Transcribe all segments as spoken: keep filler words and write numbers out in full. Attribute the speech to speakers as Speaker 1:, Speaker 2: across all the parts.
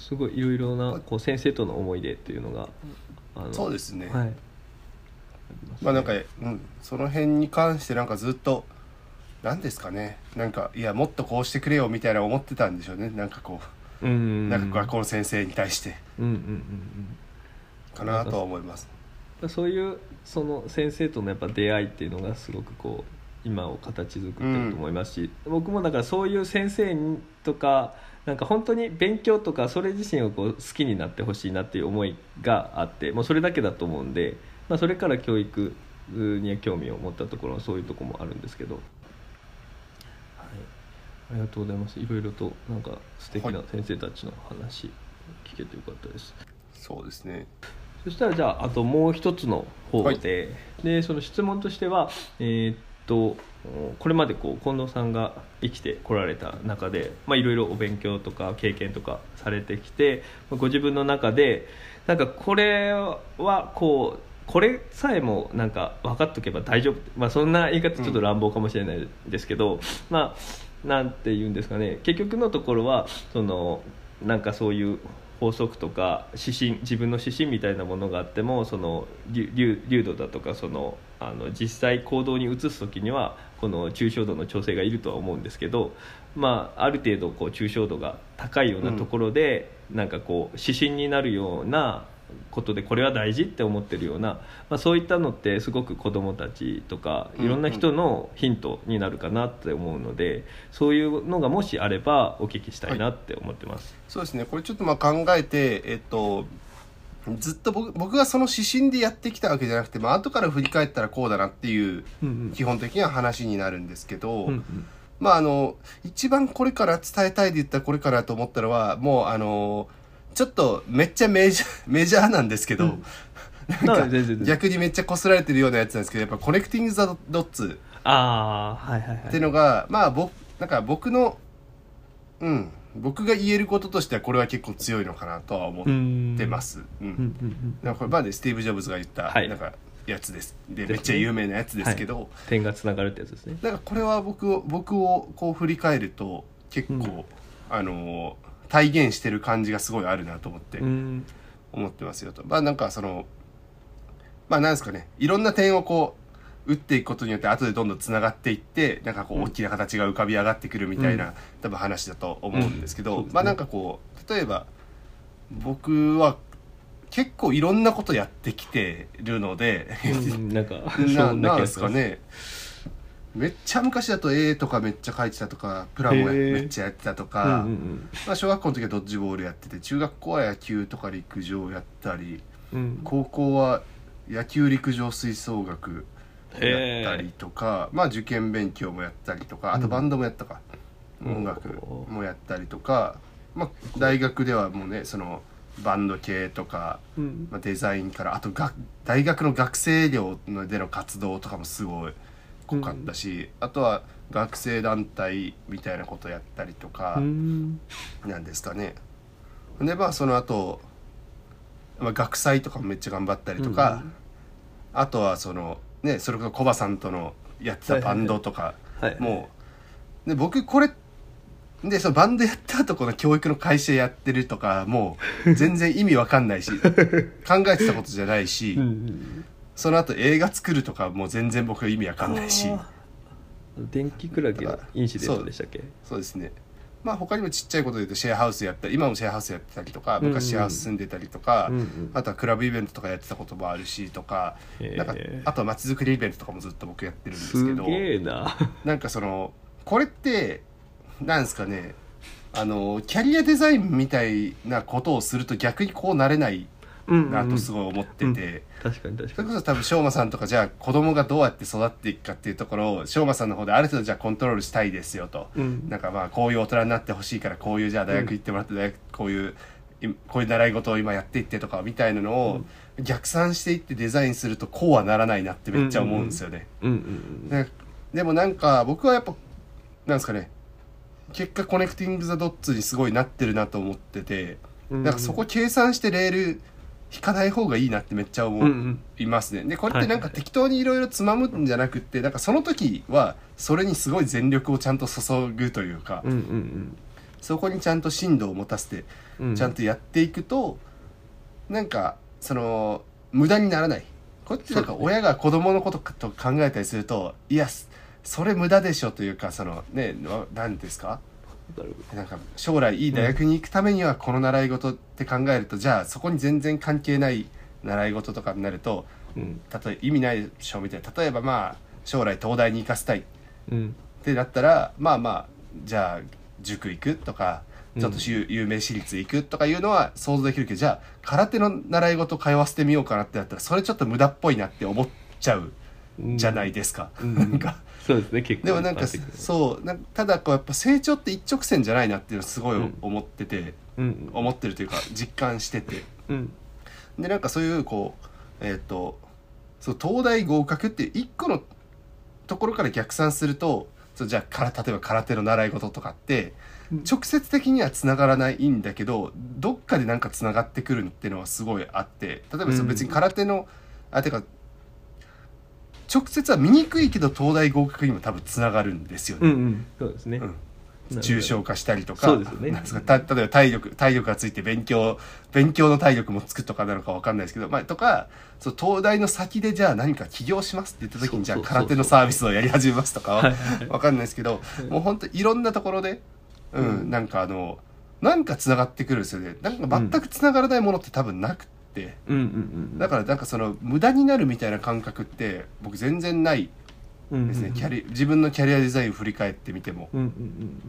Speaker 1: すごいいろいろなこう先生との思い出っていうのがあの
Speaker 2: そうですね、
Speaker 1: はい、
Speaker 2: まあなんか、うん、その辺に関してなんかずっとなんですかね、なんかいやもっとこうしてくれよみたいな思ってたんでしょうね、なんかこう、うん、なんか学校の先生に対して、うんうんうんうん、かなとは思います。
Speaker 1: そういうその先生とのやっぱ出会いっていうのがすごくこう今を形作ってると思いますし、うん、僕もだからそういう先生とかなんか本当に勉強とかそれ自身をこう好きになってほしいなっていう思いがあって、もうそれだけだと思うんで、まあ、それから教育には興味を持ったところはそういうところもあるんですけど、はい、ありがとうございます。いろいろとなんか素敵な先生たちの話聞けてよかったです。
Speaker 2: はい、そうですね。
Speaker 1: そしたらじゃああともう一つの方で、はい、でその質問としては、えー、っとこれまでこう近藤さんが生きてこられた中でいろいろお勉強とか経験とかされてきて、ご自分の中でなんかこれはこうこれさえもなんか分かっとけば大丈夫、まあ、そんな言い方ちょっと乱暴かもしれないですけど、うん、まあなんて言うんですかね、結局のところはそのなんかそういう法則とか指針、自分の指針みたいなものがあってもその流度だとかそのあの実際行動に移す時にはこの抽象度の調整がいるとは思うんですけど、まあ、ある程度こう抽象度が高いようなところで、うん、なんかこう指針になるようなことでこれは大事って思ってるような、まあ、そういったのってすごく子どもたちとかいろんな人のヒントになるかなって思うので、うんうん、そういうのがもしあればお聞きしたいなって思ってます。
Speaker 2: はい、そうですね。これちょっとまあ考えて、えっと、ずっと 僕, 僕がその指針でやってきたわけじゃなくて、まあ後から振り返ったらこうだなっていう基本的な話になるんですけど、うんうん、まああの一番これから伝えたいで言ったらこれからと思ったのはもうあのちょっとめっちゃメジャー、メジャーなんですけど、うん、なんか逆にめっちゃこすられてるようなやつなんですけど、やっぱコネクティング・ザ・ドッツっていうのが、まあ僕なんか僕のうん僕が言えることとしてはこれは結構強いのかなとは思ってます。うん。なんかこれまでスティーブ・ジョブズが言ったなんかやつです。でめっちゃ有名なやつですけど、はい、
Speaker 1: 点がつながるってやつですね。
Speaker 2: なんかこれは僕を僕をこう振り返ると結構、うん、あの体現してる感じがすごいあるなと思って思ってますよと。まあなんかそのまあなんですかね、いろんな点をこう打っていくことによって後でどんどんつながっていってなんかこう大きな形が浮かび上がってくるみたいな、うん、多分話だと思うんですけど、うん、まあなんかこう例えば僕は結構いろんなことやってきてるので、
Speaker 1: うん、なんか
Speaker 2: ななんですかね、めっちゃ昔だと絵とかめっちゃ描いてたとかプラモめっちゃやってたとか、うんうんうん、まあ、小学校の時はドッジボールやってて、中学校は野球とか陸上やったり、うん、高校は野球陸上吹奏楽やったりとか、まあ受験勉強もやったりとか、あとバンドもやったか、うん、音楽もやったりとか、まあ大学ではもうねそのバンド系とか、うんまあ、デザインからあとが大学の学生寮での活動とかもすごい濃かったし、うん、あとは学生団体みたいなことやったりとか、うん、なんですかね。でまあその後、まあ学祭とかもめっちゃ頑張ったりとか、うん、あとはそのね、それこそコバさんとのやってたバンドとか、はいはいはい、もうで僕これでそのバンドやった後この教育の会社やってるとかもう全然意味わかんないし考えてたことじゃないし、うんうん、その後映画作るとかもう全然僕は意味わかんないし、
Speaker 1: 電気クラゲのインシデントでしたっけ。
Speaker 2: そう、そうですね。まあ他にもちっちゃいことで言うとシェアハウスやったり、今もシェアハウスやってたりとか、昔シェアハウス住んでたりとか、うんうん、あとはクラブイベントとかやってたこともあるしとか、なんかあとは街づくりイベントとかもずっと僕やってるんですけど、
Speaker 1: すげえな。
Speaker 2: なんかそのこれってなんですかね、あのキャリアデザインみたいなことをすると逆にこうなれないなとすごい思ってて、うんうんうん、
Speaker 1: 確かに確かに。
Speaker 2: それこそ多分しょうまさんとかじゃあ子供がどうやって育っていくかっていうところをしょうまさんの方である程度じゃあコントロールしたいですよと、うん、なんかまあこういう大人になってほしいからこういうじゃあ大学行ってもらって大学こういうこういう習い事を今やっていってとかみたいなのを逆算していってデザインするとこうはならないなってめっちゃ思うんですよね。でもなんか僕はやっぱなんですかね、結果コネクティング・ザ・ドッツにすごいなってるなと思ってて、なんかそこ計算してレール引かない方がいいなってめっちゃ思いますね。でこれってなんか適当にいろいろつまむんじゃなくって、なんかその時はそれにすごい全力をちゃんと注ぐというか、 そこにちゃんと深度を持たせてちゃんとやっていくと、うん、なんかその無駄にならない。こっちなんか親が子供のことと考えたりすると、いやそれ無駄でしょというか、そのね、何ですか、なんか将来いい大学に行くためにはこの習い事って考えると、うん、じゃあそこに全然関係ない習い事とかになると、うん、例え意味ないでしょみたいな。例えばまあ将来東大に行かせたいってなったら、うん、まあまあじゃあ塾行くとかちょっと有名私立行くとかいうのは想像できるけど、じゃあ空手の習い事通わせてみようかなってなったら、それちょっと無駄っぽいなって思っちゃうじゃないですか、うん、なんか
Speaker 1: そうですね、結構
Speaker 2: でもなんかそうなんかただこうやっぱ成長って一直線じゃないなっていうのをすごい思ってて、うん、思ってるというか実感してて、うん、でなんかそういうこうえっとそう東大合格っていう一個のところから逆算すると、そうじゃあから例えば空手の習い事とかって直接的にはつながらないんだけど、どっかでなんかつながってくるっていうのはすごいあって、例えば別に空手の、うん、あてか直接は見にくいけど東大合格にも多分つながるんですよね。
Speaker 1: うんうん、そうですね、
Speaker 2: うん重症化したりとか、
Speaker 1: そうですよね、
Speaker 2: なんですか、た例えば体力体力がついて勉強勉強の体力もつくとかなのか分かんないですけど、まあ、とかそう東大の先でじゃあ何か起業しますって言った時にじゃあ空手のサービスをやり始めますとかは分かんないですけど、もう本当いろんなところで、うん、うん、なんかあのなんかつながってくるんですよね。なんか全くつながらないものって多分なくて、うんうんうん、だからなんかその無駄になるみたいな感覚って僕全然ないですね、キャリ自分のキャリアデザインを振り返ってみても、うんうんうん、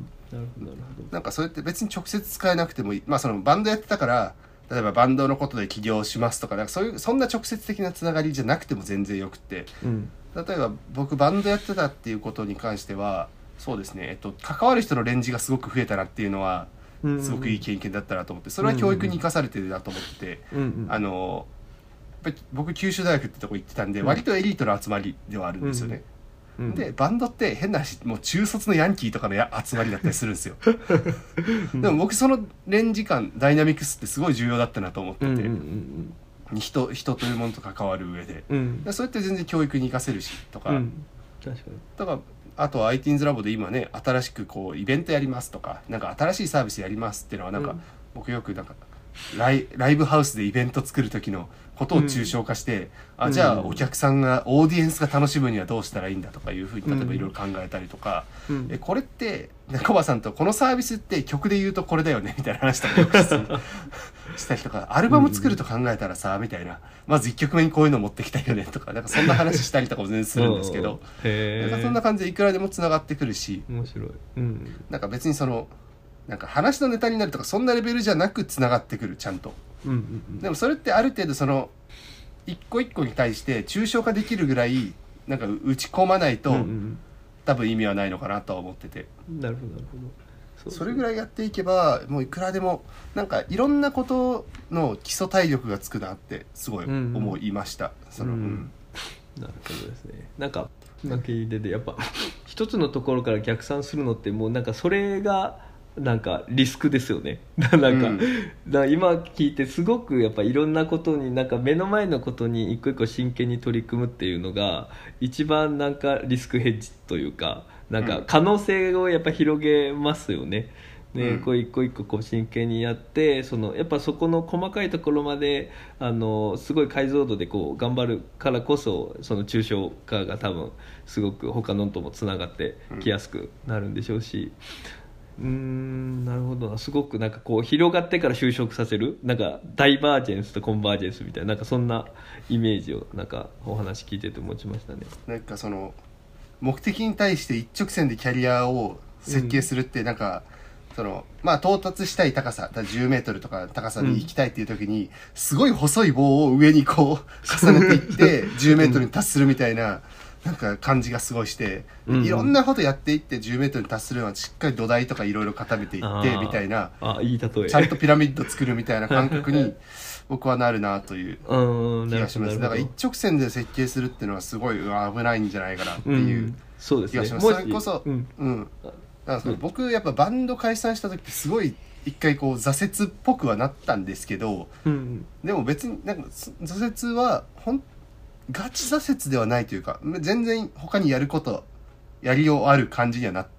Speaker 2: なるほどなるほど。なんかそれって別に直接使えなくてもいい、まあそのバンドやってたから例えばバンドのことで起業しますとか、なんかそういうそんな直接的なつながりじゃなくても全然よくて、うん、例えば僕バンドやってたっていうことに関してはそうですね、えっと、関わる人のレンジがすごく増えたなっていうのはすごくいい経験だったなと思って、それは教育に生かされてるなと思ってて、うんうん、あの僕九州大学ってとこ行ってたんで割とエリートの集まりではあるんですよね、うんうん、でバンドって変な話もう中卒のヤンキーとかのや集まりだったりするんですよでも僕そのレンジ感ダイナミクスってすごい重要だったなと思ってて、うんうんうん、人, 人というものと関わる上で、うん、それって全然教育に生かせるしとか、うん、確かにだからあとは アイティーンズ ラボで今ね新しくこうイベントやりますとかなんか新しいサービスやりますっていうのはなんか、うん、僕よくなんかラ イ, ライブハウスでイベント作る時のことを抽象化して、うん、あじゃあお客さんがオーディエンスが楽しむにはどうしたらいいんだとかいうふうに例えばいろいろ考えたりとか、うん、えこれってコバさんとこのサービスって曲で言うとこれだよねみたいな話とかよくしたりとかアルバム作ると考えたらさみたいなまずいっきょくめにこういうの持ってきたよねとかなんかそんな話したりとかも全然するんですけどなんかそんな感じでいくらでもつながってくるし
Speaker 1: 面白い、うん、
Speaker 2: なんか別にそのなんか話のネタになるとかそんなレベルじゃなくつながってくるちゃんと、うんうんうん、でもそれってある程度その一個一個に対して抽象化できるぐらいなんか打ち込まないと、うんうん、多分意味はないのかなとは思ってて、
Speaker 1: なるほどなるほど そ,
Speaker 2: それぐらいやっていけばもういくらでもなんかいろんなことの基礎体力がつくなってすごい思いました、うんうんそのうん、
Speaker 1: なるほどですね。なんか今聞いててやっぱ一つのところから逆算するのってもうなんかそれがなんかリスクですよねなんか、うん、だ今聞いてすごくやっぱいろんなことになんか目の前のことに一個一個真剣に取り組むっていうのが一番なんかリスクヘッジというかなんか可能性をやっぱ広げますよね。で、うん、こう一個一個こう真剣にやってそのやっぱそこの細かいところまであのすごい解像度でこう頑張るからこそその抽象化が多分すごく他のともつながってきやすくなるんでしょうし、うーんなるほどな。すごくなんかこう広がってから就職させるなんかダイバージェンスとコンバージェンスみたいななんかそんなイメージをなんかお話聞いてて持ちましたね。
Speaker 2: なんかその目的に対して一直線でキャリアを設計するってなんか、うん、そのまあ到達したい高さだじゅうメートルとか高さに行きたいっていう時に、うん、すごい細い棒を上にこう重ねていってじゅうメートルに達するみたいななんか感じがすごいして、うん、いろんなことやっていってじゅうメートルに達するのはしっかり土台とかいろいろ固めていってみたいな、
Speaker 1: あいい例え
Speaker 2: ちゃんとピラミッド作るみたいな感覚に僕はなるなという気がします。だから一直線で設計するっていうのはすごい危ないんじゃないかなっていう気がします。それこそ、うんうん、だから僕やっぱバンド解散した時ってすごい一回こう挫折っぽくはなったんですけど、うん、でも別になんか挫折は本当ガチ挫折ではないというか全然他にやることやりようある感じにはなっ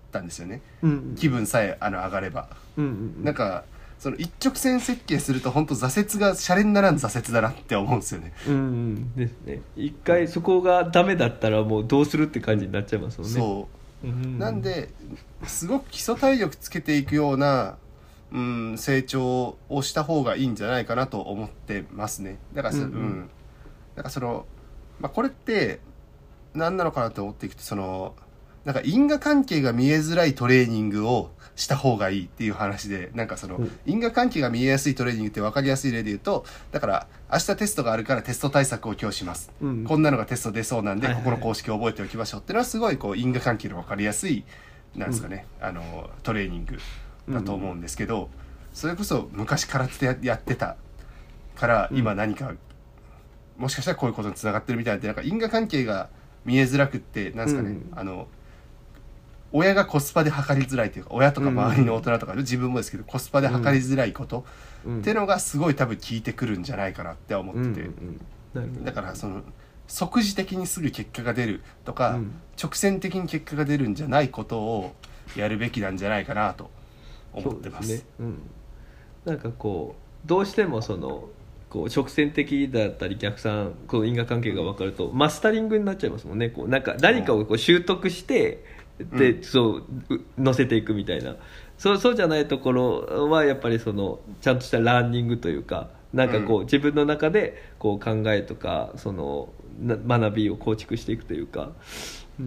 Speaker 2: たんですよね、
Speaker 1: うんうん、
Speaker 2: 気分さえあの上がれば、
Speaker 1: うんうんうん、
Speaker 2: なんかその一直線設計すると本当挫折がシャレにならん挫折だなって思うんですよね。
Speaker 1: うんうんですね。一回そこがダメだったらもうどうするって感じになっちゃいますもんね。
Speaker 2: そう、うん、なんですごく基礎体力つけていくような、うん、成長をした方がいいんじゃないかなと思ってますね。だからそ、うんうん、だからその、まあ、これって何なのかなと思っていくと、そのなんか因果関係が見えづらいトレーニングをした方がいいっていう話で、なんかその因果関係が見えやすいトレーニングって分かりやすい例で言うと、だから明日テストがあるからテスト対策を今日します、うん、こんなのがテスト出そうなんで、はいはい、ここの公式を覚えておきましょうっていうのはすごいこう因果関係の分かりやすいなんですかね、うん、あのトレーニングだと思うんですけど、うん、それこそ昔空手でやってたから今何か、うん、もしかしたらこういうことにつながってるみたいで、なんか因果関係が見えづらくってなんですかね、うん、あの親がコスパで測りづらいというか、親とか周りの大人とか、うん、自分もですけどコスパで測りづらいこと、うん、っていうのがすごい多分効いてくるんじゃないかなって思ってて、うんうん、だからその即時的にすぐ結果が出るとか、うん、直線的に結果が出るんじゃないことをやるべきなんじゃないかなと思ってます。そうですね、うん、
Speaker 1: なんかこうどうしてもそのこう直線的だったり逆算こう因果関係が分かるとマスタリングになっちゃいますもんね。こうなんか何かをこう習得してで、うん、そう乗せていくみたいな、そうそうじゃないところはやっぱりそのちゃんとしたラーニングというか、なんかこう、うん、自分の中でこう考えとかその学びを構築していくというか、うん、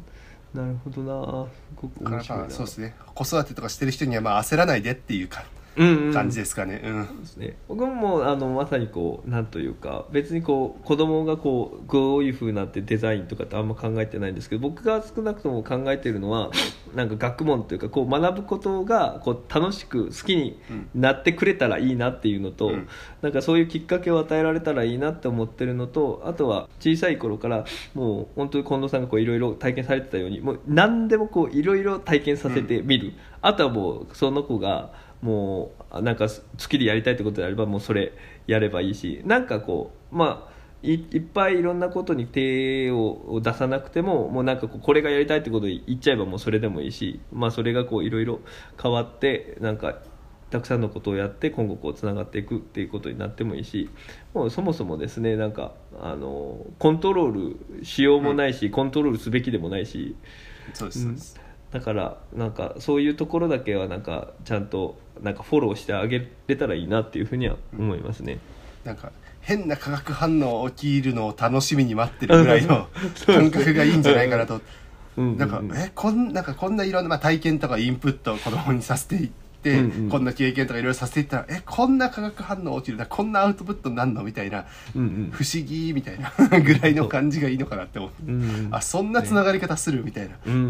Speaker 1: なるほどな、すごく面白いな。
Speaker 2: そうですね、子育てとかしてる人にはまあ焦らないでっていうか感じですかね。うんうん、そうですね。
Speaker 1: 僕もあのまさにこうなんというか、別にこう子供がこうどういう風になってデザインとかってあんま考えてないんですけど、僕が少なくとも考えているのはなんか学問というかこう学ぶことがこう楽しく好きになってくれたらいいなっていうのと、うん、なんかそういうきっかけを与えられたらいいなって思ってるのと、あとは小さい頃からもう本当に近藤さんがいろいろ体験されてたように、もう何でもこういろいろ体験させてみる、うん、あとはもうその子がもうなんか好きでやりたいってことであればもうそれやればいいし、なんかこうまあ い, いっぱいいろんなことに手を出さなくても、もうなんかこうこれがやりたいってことを言っちゃえばもうそれでもいいし、まあそれがこういろいろ変わってなんかたくさんのことをやって今後こうつながっていくっていうことになってもいいし、もうそもそもですね、なんかあのコントロールしようもないし、うん、コントロールすべきでもないし、
Speaker 2: そうですそうです、
Speaker 1: うん、だからなんかそういうところだけはなんかちゃんとなんかフォローしてあげれたらいいなっていうふうには思いますね、
Speaker 2: うん、なんか変な化学反応起きるのを楽しみに待ってるぐらいの感覚がいいんじゃないかなとなんかえこんなんかこんないろんな、まあ、体験とかインプットを子供にさせていって、うんうん、こんな経験とかいろいろさせていったらえこんな化学反応起きるな、こんなアウトプットになるのみたいな、うんうん、不思議みたいなぐらいの感じがいいのかなって思って、うんうん、あそんなつながり方するみたいな、うんうん、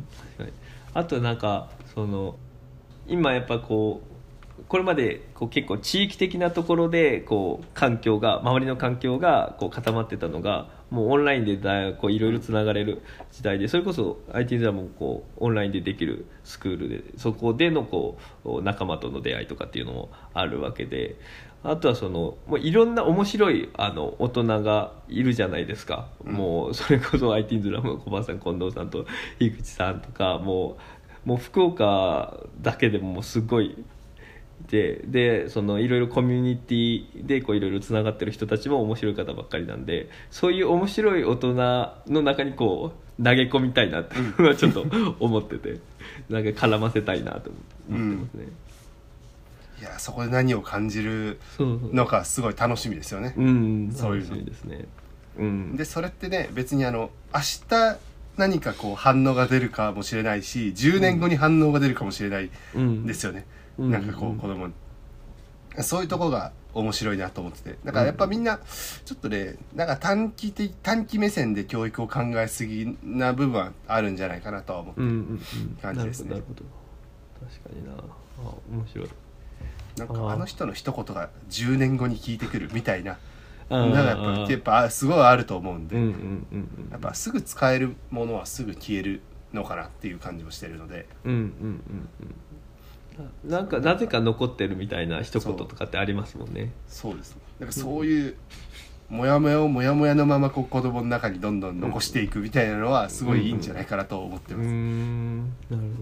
Speaker 1: あとなんかその今やっぱこうこれまでこう結構地域的なところでこう環境が周りの環境がこう固まってたのがもうオンラインでだこういろいろつながれる時代で、それこそ アイティー ズラもこうオンラインでできるスクールでそこでのこう仲間との出会いとかっていうのもあるわけで、あとはそのもういろんな面白いあの大人がいるじゃないですか、うん、もうそれこそ アイティー ズラムの小林さん近藤さんと樋口さんとかもうもう福岡だけでももうすごいででそのいろいろコミュニティでこういろいろつながってる人たちも面白い方ばっかりなんで、そういう面白い大人の中にこう投げ込みたいなっていうのはちょっと思っててなんか絡ませたいなと思ってますね、
Speaker 2: うん、いやそこで何を感じるのかすごい楽しみですよね。
Speaker 1: うん、そういうの楽しみですね、
Speaker 2: うん、でそれってね別にあの明日何かこう反応が出るかもしれないしじゅうねんごに反応が出るかもしれないですよね、うん、なんかこう子供にそういうところが面白いなと思ってて、だからやっぱみんなちょっとねなんか短期的短期目線で教育を考えすぎな部分はあるんじゃないかなとは思ってる感じですね。
Speaker 1: なるほど、確かにな、あ面白い。
Speaker 2: なんかあの人の一言がじゅうねんごに聞いてくるみたいななんかやっぱやっぱすごいあると思うんで、うんうんうんうん、やっぱすぐ使えるものはすぐ消えるのかなっていう感じもしてるので、うんうんうん
Speaker 1: うん、なんかなぜか残ってるみたいな一言とかってありますもんね。
Speaker 2: そうですね。なんかそういうモヤモヤをモヤモヤのままこう子供の中にどんどん残していくみたいなのはすごいいいんじゃないかなと思ってます。うん、
Speaker 1: うんうん、なるほ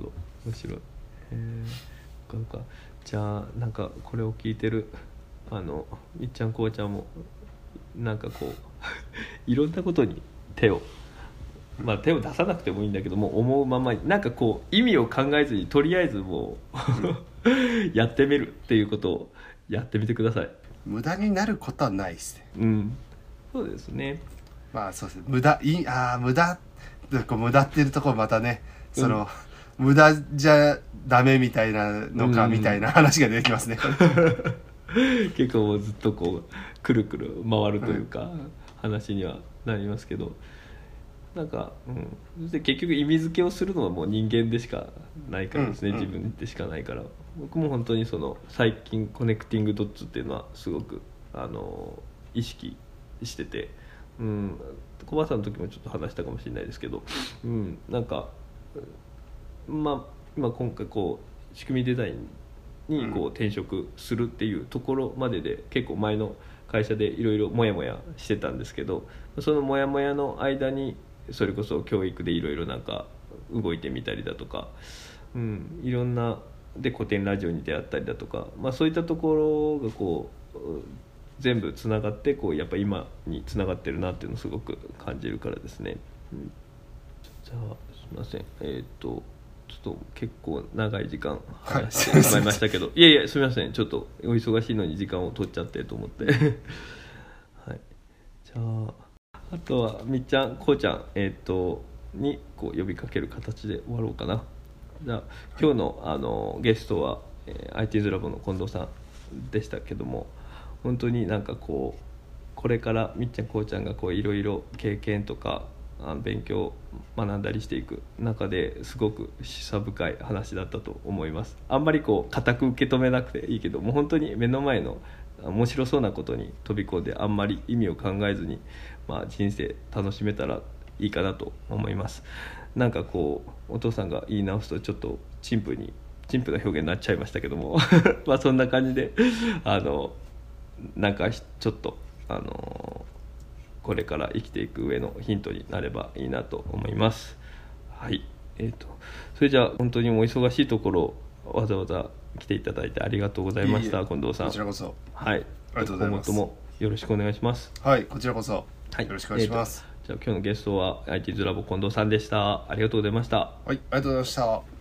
Speaker 1: ど面白い。へえ、なんかじゃあなんかこれを聞いてるあのみっちゃんこうちゃんもなんかこういろんなことに手をまあ手を出さなくてもいいんだけども思うままになんかこう意味を考えずにとりあえずもうやってみるっていうことをやってみてください。
Speaker 2: 無駄になることはないですね。
Speaker 1: うん、そうですね。
Speaker 2: まあそうですね、無駄いああ無駄こう無駄っていうところまたねその、うん、無駄じゃダメみたいなのかみたいな話が出てきますね。
Speaker 1: 結構もうずっとこうくるくる回るというか、うん、話にはなりますけど、なんか、うん、で結局意味付けをするのはもう人間でしかないからですね、うん、自分でしかないから、僕も本当にその最近コネクティングドッツっていうのはすごくあの意識してて、うん、小林さんの時もちょっと話したかもしれないですけど、うん、なんかまあ今今回こう仕組みデザインにこう転職するっていうところまでで結構前の会社でいろいろモヤモヤしてたんですけど、そのモヤモヤの間にそれこそ教育でいろいろなんか動いてみたりだとか、うん、いろんなで古典ラジオに出会ったりだとか、まあ、そういったところがこう全部つながってこうやっぱ今につながってるなっていうのをすごく感じるからですね、うん、じゃあすみません、えっとちょっと結構長い時間話してしまいましたけど、はい、いやいやすみません、ちょっとお忙しいのに時間を取っちゃってと思ってはい、じゃああとはみっちゃんこうちゃん、えー、とにこう呼びかける形で終わろうかな。じゃあ今日の、あのゲストは、えー、アイティーズ ラボの近藤さんでしたけども、本当になんかこうこれからみっちゃんこうちゃんがこういろいろ経験とかあの勉強学んだりしていく中ですごく示唆深い話だったと思います。あんまりこう固く受け止めなくていいけども、本当に目の前の面白そうなことに飛び込んであんまり意味を考えずに、まあ、人生楽しめたらいいかなと思います。なんかこうお父さんが言い直すとちょっと陳腐に陳腐な表現になっちゃいましたけどもまあそんな感じであのなんかちょっとあのこれから生きていく上のヒントになればいいなと思います。はい、えーと、それじゃあ本当にお忙しいところわざわざ来ていただいてありがとうございました。いい近藤さん、
Speaker 2: こちらこそ、
Speaker 1: はい、
Speaker 2: ありがとうございます。
Speaker 1: 今後ともよろしくお願いします。
Speaker 2: はい、こちらこそ、
Speaker 1: はい、
Speaker 2: よろしくお願いします。
Speaker 1: えー、じゃあ今日のゲストは アイティーズ ラボ近藤さんでした。ありがとうございました。
Speaker 2: はい、ありがとうございました。